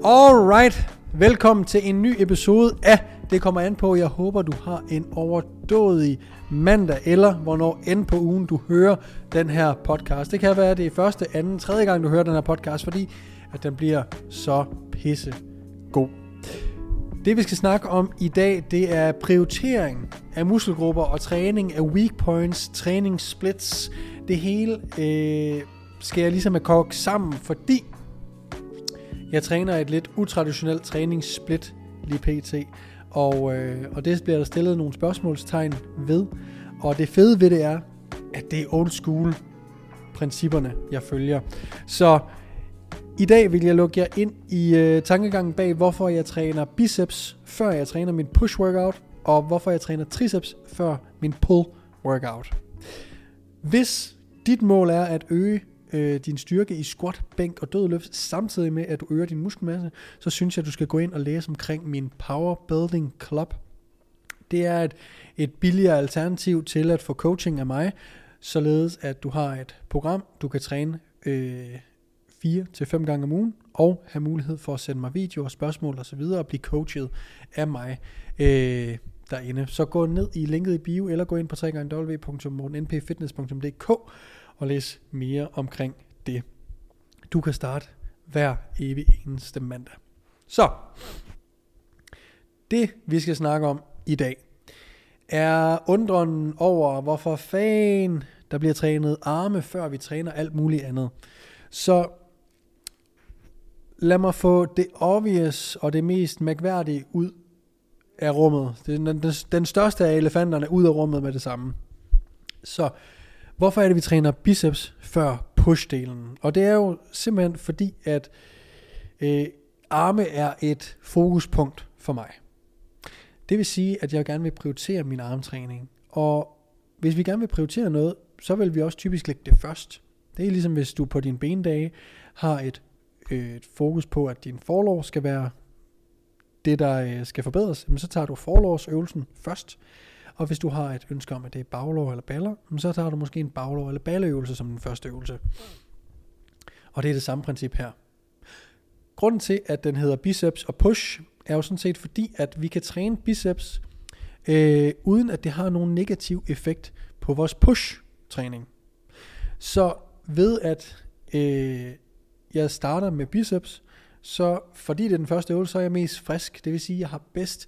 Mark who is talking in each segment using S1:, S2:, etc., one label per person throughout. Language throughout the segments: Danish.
S1: Alright, velkommen til en ny episode af Det kommer an på. Jeg håber du har en overdådig mandag, eller hvornår end på ugen du hører den her podcast. Det kan være det første, anden, tredje gang du hører den her podcast, fordi at den bliver så pisse god. Det vi skal snakke om i dag, det er prioritering af muskelgrupper og træning af weak points, træningssplits. Det hele skal jeg ligesom have kogt sammen, fordi jeg træner et lidt utraditionelt træningssplit lige pt. Og det bliver der stillet nogle spørgsmålstegn ved. Og det fede ved det er, at det er old school principperne, jeg følger. Så i dag vil jeg lukke jer ind i tankegangen bag, hvorfor jeg træner biceps, før jeg træner min push workout, og hvorfor jeg træner triceps, før min pull workout. Hvis dit mål er at øge din styrke i squat, bænk og dødløft, samtidig med at du øger din muskelmasse, så synes jeg, at du skal gå ind og læse omkring min Power Building Club. Det er et billigere alternativ til at få coaching af mig, således at du har et program, du kan træne 4 til 5 gange om ugen, og have mulighed for at sende mig videoer, spørgsmål og så videre, og blive coachet af mig derinde. Så gå ned i linket i bio, eller gå ind på www.mortennpfitness.dk og læs mere omkring det. Du kan starte hver evig eneste mandag. Så, det vi skal snakke om i dag, er undren over, hvorfor fanden der bliver trænet arme, før vi træner alt muligt andet. Så lad mig få det obvious og det mest mærkværdige ud af rummet. Den største af elefanterne ud af rummet med det samme. Så hvorfor er det, vi træner biceps før push-delen? Og det er jo simpelthen fordi, at arme er et fokuspunkt for mig. Det vil sige, at jeg gerne vil prioritere min armtræning. Og hvis vi gerne vil prioritere noget, så vil vi også typisk lægge det først. Det er ligesom hvis du på dine bendage har et fokus på, at din forlår skal være det, der skal forbedres, så tager du forlårsøvelsen først. Og hvis du har et ønske om, at det er baglår eller baller, så tager du måske en baglår eller balleøvelse som den første øvelse. Og det er det samme princip her. Grunden til, at den hedder biceps og push, er jo sådan set fordi, at vi kan træne biceps, uden at det har nogen negativ effekt på vores push-træning. Så ved at jeg starter med biceps, så fordi det er den første øvelse, så er jeg mest frisk. Det vil sige, at jeg har bedst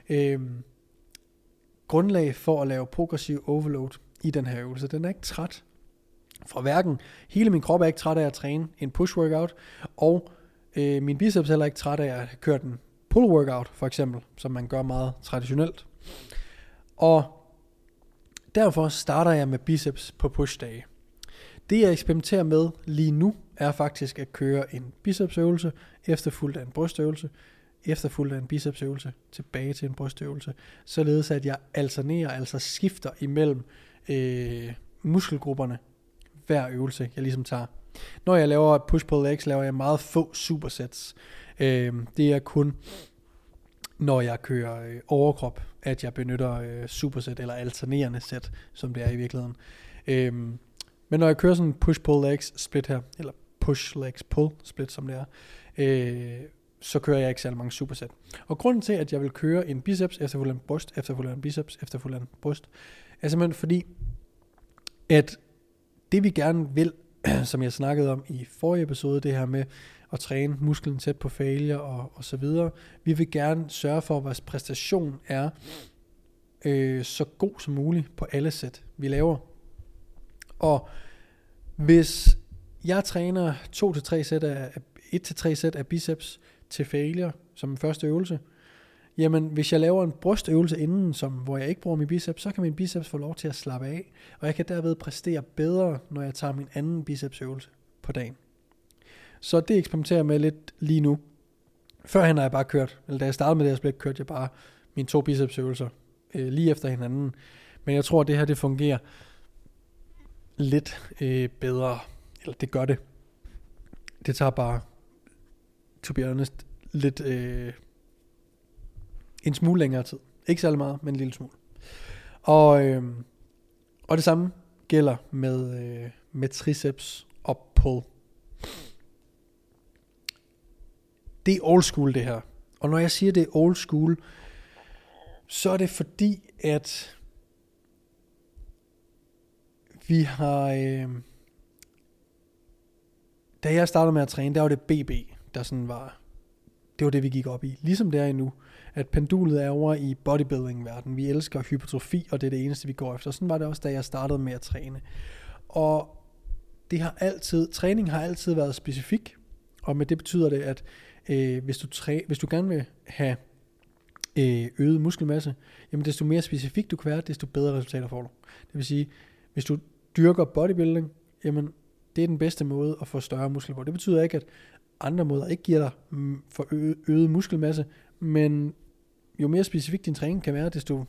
S1: grundlag for at lave progressiv overload i den her øvelse. Den er ikke træt fra hverken. Hele min krop er ikke træt af at træne en push workout, og min biceps er heller ikke træt af at køre den pull workout, for eksempel, som man gør meget traditionelt. Og derfor starter jeg med biceps på push-dage. Det jeg eksperimenterer med lige nu, er faktisk at køre en bicepsøvelse, efterfulgt af en brystøvelse, efterfulgt af en bicepsøvelse, tilbage til en brystøvelse, således at jeg alternerer, altså skifter imellem muskelgrupperne hver øvelse, jeg ligesom tager. Når jeg laver push-pull legs, laver jeg meget få supersets. Det er kun, når jeg kører overkrop, at jeg benytter superset eller alternerende sæt, som det er i virkeligheden. Men når jeg kører sådan en push-pull legs split her, eller push legs pull split, som det er, så kører jeg ikke særlig mange supersæt. Og grunden til, at jeg vil køre en biceps, efterfulgt af en bryst, efterfulgt af en biceps, efterfulgt af en bryst, er simpelthen fordi, at det vi gerne vil, som jeg snakkede om i forrige episode, det her med at træne musklen tæt på failure og så videre, vi vil gerne sørge for, at vores præstation er så god som muligt på alle sæt, vi laver. Og hvis jeg træner 1-3 sæt af biceps til failure som første øvelse, jamen hvis jeg laver en brystøvelse inden, hvor jeg ikke bruger min biceps, så kan min biceps få lov til at slappe af, og jeg kan derved præstere bedre, når jeg tager min anden bicepsøvelse på dagen. Så det eksperimenterer jeg med lidt lige nu. Førhen har jeg bare kørt, eller da jeg startede med det her split, kørte jeg bare mine 2 bicepsøvelser lige efter hinanden. Men jeg tror, at det her det fungerer lidt bedre, eller det gør det. Det tager bare, to be honest, lidt en smule længere tid. Ikke særlig meget, men en lille smule. Og det samme gælder med triceps og pull. det er old school det her. Og når jeg siger det er old school, så er det fordi, at vi har, da jeg startede med at træne, der var det BB, der sådan var, det var det vi gik op i. Ligesom det er endnu, at pendulet er over i bodybuilding-verdenen. Vi elsker hypertrofi, og det er det eneste vi går efter. Sådan var det også, da jeg startede med at træne. Og det har træning har altid været specifik, og med det betyder det, at hvis du gerne vil have øget muskelmasse, jamen desto mere specifik du kan være, desto bedre resultater får du. Det vil sige, hvis du dyrker bodybuilding, jamen det er den bedste måde at få større muskler på. Det betyder ikke, at andre måder ikke giver dig for øget muskelmasse, men jo mere specifik din træning kan være, desto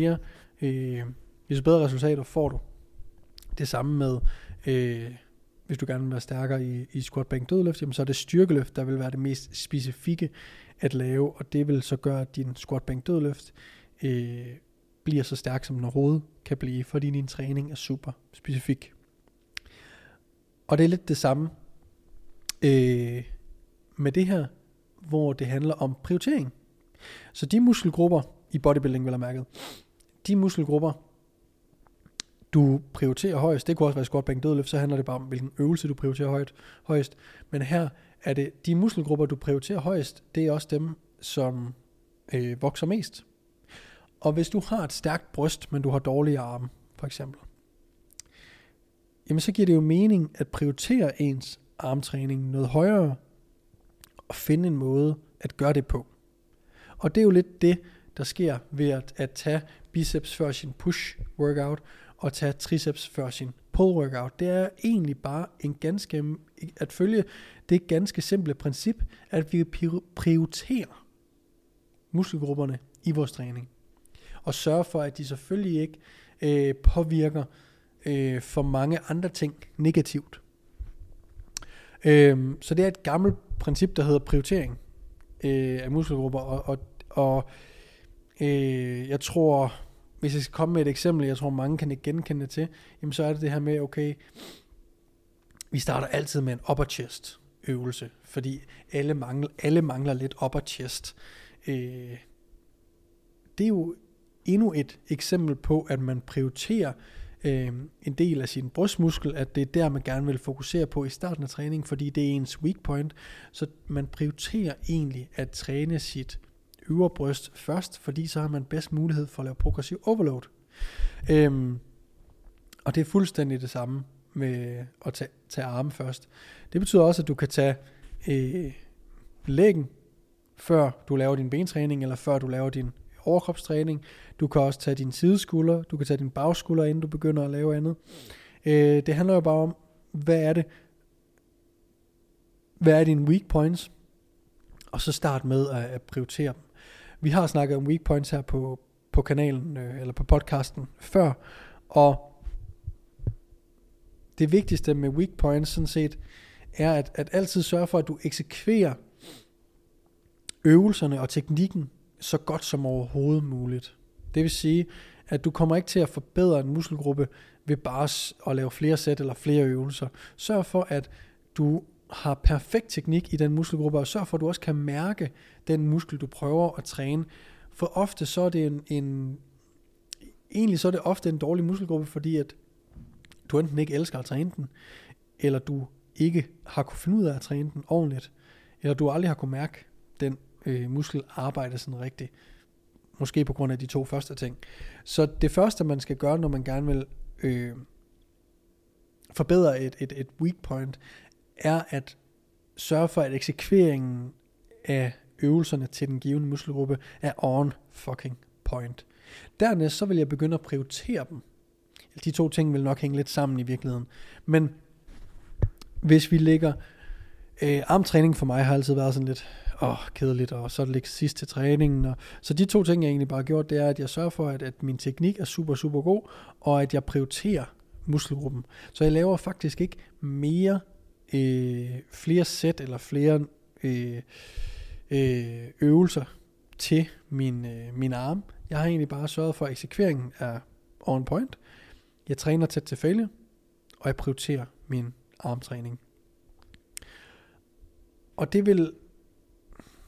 S1: bedre resultater får du. Det samme med, hvis du gerne vil være stærkere i squat, bænk, dødløft, jamen så er det styrkeløft, der vil være det mest specifikke at lave, og det vil så gøre, at din squat, bænk, dødløft bliver så stærk, som den overhovedet kan blive, fordi din træning er super specifik. Og det er lidt det samme med det her, hvor det handler om prioritering. Så de muskelgrupper i bodybuilding, vil jeg mærke, de muskelgrupper, du prioriterer højst, det kunne også være squat, bænk, dødløft, så handler det bare om, hvilken øvelse du prioriterer højst. Men her er det de muskelgrupper, du prioriterer højst, det er også dem, som vokser mest. Og hvis du har et stærkt bryst, men du har dårlige arme, for eksempel, jamen så giver det jo mening at prioritere ens armtræning noget højere, og finde en måde at gøre det på. Og det er jo lidt det, der sker ved at tage biceps før sin push workout, og tage triceps før sin pull workout. Det er egentlig bare at følge det ganske simple princip, at vi prioriterer muskelgrupperne i vores træning. Og sørge for, at de selvfølgelig ikke påvirker for mange andre ting negativt. Så det er et gammelt princip, der hedder prioritering af muskelgrupper, og jeg tror, hvis jeg skal komme med et eksempel, jeg tror mange kan ikke genkende det til, jamen så er det her med, okay, vi starter altid med en upper chest øvelse, fordi alle mangler lidt upper chest. Det er jo endnu et eksempel på, at man prioriterer en del af sin brystmuskel, at det er der, man gerne vil fokusere på i starten af træningen, fordi det er ens weak point, så man prioriterer egentlig at træne sit øvre bryst først, fordi så har man bedst mulighed for at lave progressiv overload. Og det er fuldstændig det samme med at tage arme først. Det betyder også, at du kan tage læggen, før du laver din bentræning, eller før du laver din overkropstræning. Du kan også tage din sideskulder, du kan tage din bagskulder, inden du begynder at lave andet. Det handler jo bare om, hvad er dine weak points, og så start med at prioritere dem. Vi har snakket om weak points her på kanalen, eller på podcasten før, og det vigtigste med weak points sådan set, er at altid sørge for, at du eksekverer øvelserne og teknikken så godt som overhovedet muligt. Det vil sige, at du kommer ikke til at forbedre en muskelgruppe ved bare at lave flere sæt eller flere øvelser. Sørg for, at du har perfekt teknik i den muskelgruppe, og sørg for, at du også kan mærke den muskel, du prøver at træne. For ofte så er det egentlig så er det ofte en dårlig muskelgruppe, fordi at du enten ikke elsker at træne den, eller du ikke har kunnet finde ud af at træne den ordentligt, eller du aldrig har kunnet mærke den muskel arbejde sådan rigtigt. Måske på grund af de 2 første ting. Så det første, man skal gøre, når man gerne vil forbedre et weak point, er at sørge for, at eksekveringen af øvelserne til den givne muskelgruppe er on fucking point. Dernæst så vil jeg begynde at prioritere dem. De 2 ting vil nok hænge lidt sammen i virkeligheden. Men hvis vi lægger armtræning for mig har altid været sådan lidt kedeligt, og så er det lidt sidst til træningen. Så de 2 ting, jeg egentlig bare har gjort, det er, at jeg sørger for, at min teknik er super, super god, og at jeg prioriterer muskelgruppen. Så jeg laver faktisk ikke flere sæt eller flere øvelser til min arm. Jeg har egentlig bare sørget for, at eksekveringen er on point. Jeg træner tæt til failure, og jeg prioriterer min armtræning. Og det vil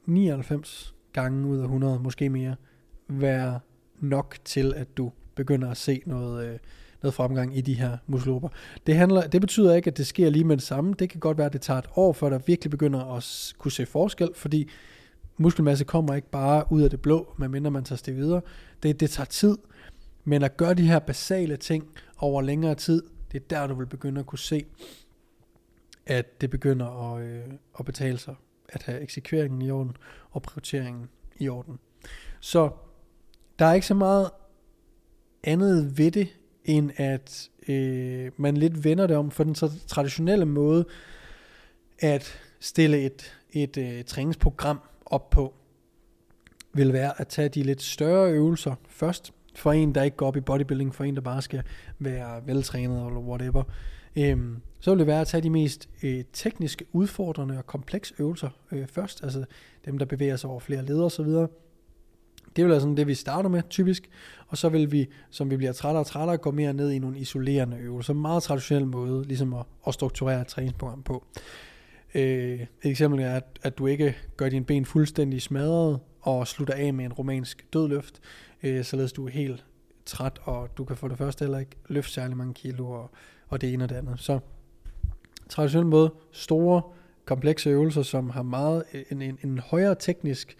S1: 99 gange ud af 100, måske mere, være nok til, at du begynder at se noget fremgang i de her muskelgrupper. Det betyder ikke, at det sker lige med det samme. Det kan godt være, at det tager et år, før der virkelig begynder at kunne se forskel, fordi muskelmasse kommer ikke bare ud af det blå, medmindre man tager det videre. Det tager tid, men at gøre de her basale ting over længere tid, det er der, du vil begynde at kunne se, at det begynder at betale sig, at have eksekveringen i orden, og prioriteringen i orden. Så der er ikke så meget andet ved det, end at man lidt vender det om, for den traditionelle måde at stille et træningsprogram op på, vil være at tage de lidt større øvelser først, for en, der ikke går op i bodybuilding, for en, der bare skal være veltrænet eller whatever. Så vil det være at tage de mest tekniske, udfordrende og komplekse øvelser først, altså dem, der bevæger sig over flere leder og så videre. Det vil være sådan det, vi starter med, typisk. Og så vil vi, som vi bliver trættere og trættere, gå mere ned i nogle isolerende øvelser. Meget traditionel måde, ligesom at strukturere et træningsprogram på. Et eksempel er, at du ikke gør dine ben fuldstændig smadret, og slutter af med en romansk dødløft, således du er helt træt, og du kan for det første heller ikke løfte særlig mange kilo, og det ene og det andet. Så traditionel måde, store, komplekse øvelser, som har meget en højere teknisk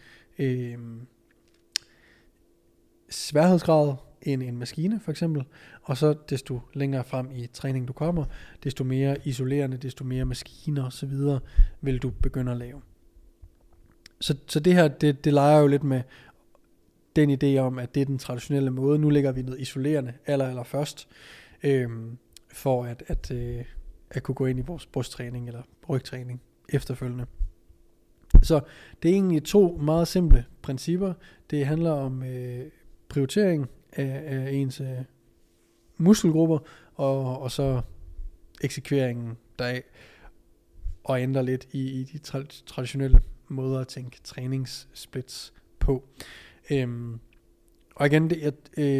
S1: sværhedsgrad end en maskine for eksempel, og så desto længere frem i træningen du kommer, desto mere isolerende, desto mere maskiner og så videre vil du begynde at lave. Så det her, det leger jo lidt med den idé om, at det er den traditionelle måde. Nu lægger vi noget isolerende aller først, for at kunne gå ind i vores brysttræning eller rygtræning efterfølgende. Så det er egentlig 2 meget simple principper. Det handler om prioritering af ens muskelgrupper, og så eksekveringen deraf, og ændre lidt i de traditionelle måder at tænke træningssplits på. Og igen, det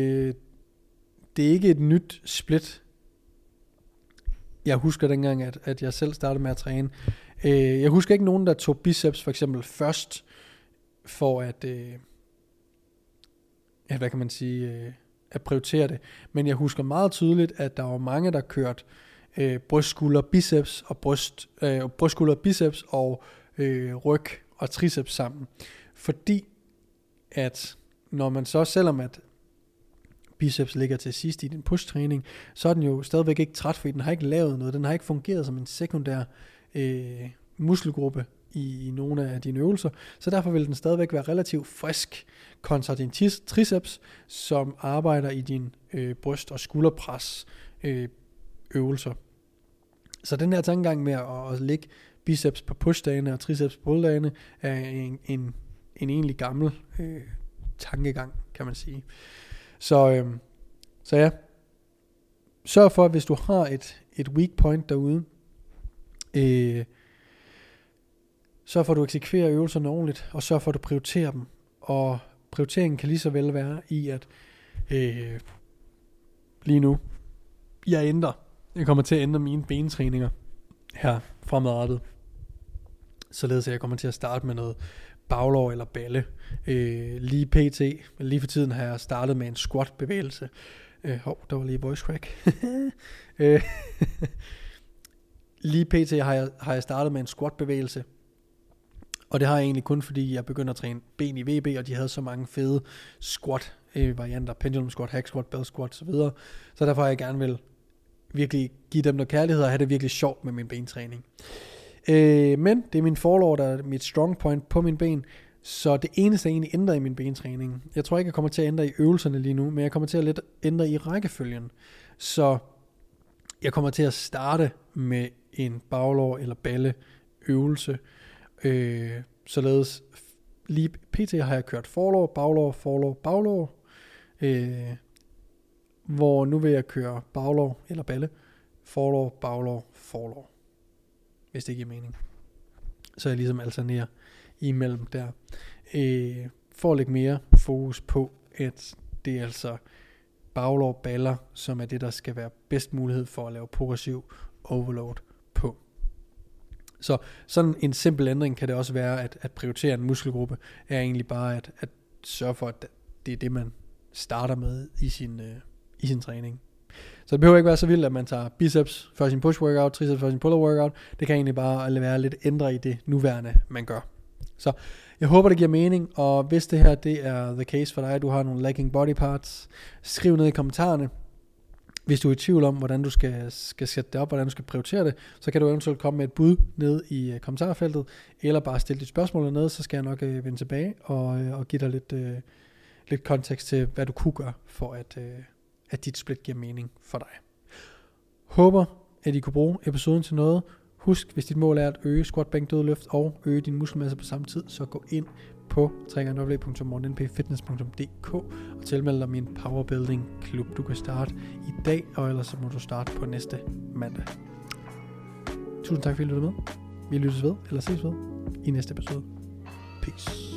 S1: er ikke et nyt split. Jeg husker dengang, at jeg selv startede med at træne. Jeg husker ikke nogen, der tog biceps for eksempel først, for at hvad kan man sige, at prioritere det. Men jeg husker meget tydeligt, at der var mange, der kørte brystskulder, biceps og brystskulder, biceps og ryg og triceps sammen. Fordi at når man så, selvom at biceps ligger til sidst i din push-træning, så er den jo stadigvæk ikke træt, fordi den har ikke lavet noget. Den har ikke fungeret som en sekundær muskelgruppe i nogle af dine øvelser, så derfor vil den stadigvæk være relativt frisk kontra din triceps, som arbejder i din bryst- og skulderpres øvelser. Så den her tankegang med at lægge biceps på push-dagene og triceps på pull-dagene er en egentlig gammel tankegang, kan man sige. Så ja, sørg for, at hvis du har et weak point derude, sørg for, at du eksekverer øvelserne ordentligt, og sørg for, at du prioriterer dem. Og prioriteringen kan lige så vel være i, at lige nu, jeg kommer til at ændre mine bentræninger her fremadrettet. Således at jeg kommer til at starte med noget baglår eller balle. Lige for tiden har jeg startet med en squat bevægelse. Der var lige voice crack. Lige pt. har jeg startet med en squat bevægelse. Og det har jeg egentlig kun fordi jeg begynder at træne ben i VB, og de havde så mange fede squat varianter, pendulum squat, hack squat, bell squat osv. Så derfor har jeg gerne vil virkelig give dem noget kærlighed og have det virkelig sjovt med min bentræning. Men det er min forlår, der er mit strong point på min ben, så det eneste jeg egentlig ændrer i min bentræning, jeg tror ikke jeg kommer til at ændre i øvelserne lige nu, men jeg kommer til at lidt ændre i rækkefølgen. Så jeg kommer til at starte med en baglår eller balle øvelse, således lige pt. Har jeg kørt forlår, baglår, hvor nu vil jeg køre baglår eller balle, forlår, hvis det giver mening. Så jeg ligesom alternerer imellem der. For at lægge mere fokus på, at det er altså baglår, baller, som er det, der skal være bedst mulighed for at lave progressiv overload på. Så sådan en simpel ændring kan det også være, at prioritere en muskelgruppe, er egentlig bare at sørge for, at det er det, man starter med i sin træning. Så det behøver ikke være så vildt, at man tager biceps før sin push workout, triceps før sin pull workout. Det kan egentlig bare være lidt ændre i det nuværende, man gør. Så jeg håber, det giver mening, og hvis det her det er the case for dig, du har nogle lacking body parts, skriv ned i kommentarerne. Hvis du er i tvivl om, hvordan du skal sætte det op, hvordan du skal prioritere det, så kan du eventuelt komme med et bud ned i kommentarfeltet, eller bare stille dit spørgsmål dernede, så skal jeg nok vende tilbage og give dig lidt kontekst til, hvad du kunne gøre, for at dit split giver mening for dig. Håber, at I kunne bruge episoden til noget. Husk, hvis dit mål er at øge squat, bænk, dødløft og øge din muskelmasse på samme tid, så gå ind på www.mortennpfitness.dk og tilmeld dig min powerbuilding klub. Du kan starte i dag, og ellers så må du starte på næste mandag. Tusind tak, fordi I lyttede med. Vi lyttes ved, eller ses ved, i næste episode. Peace.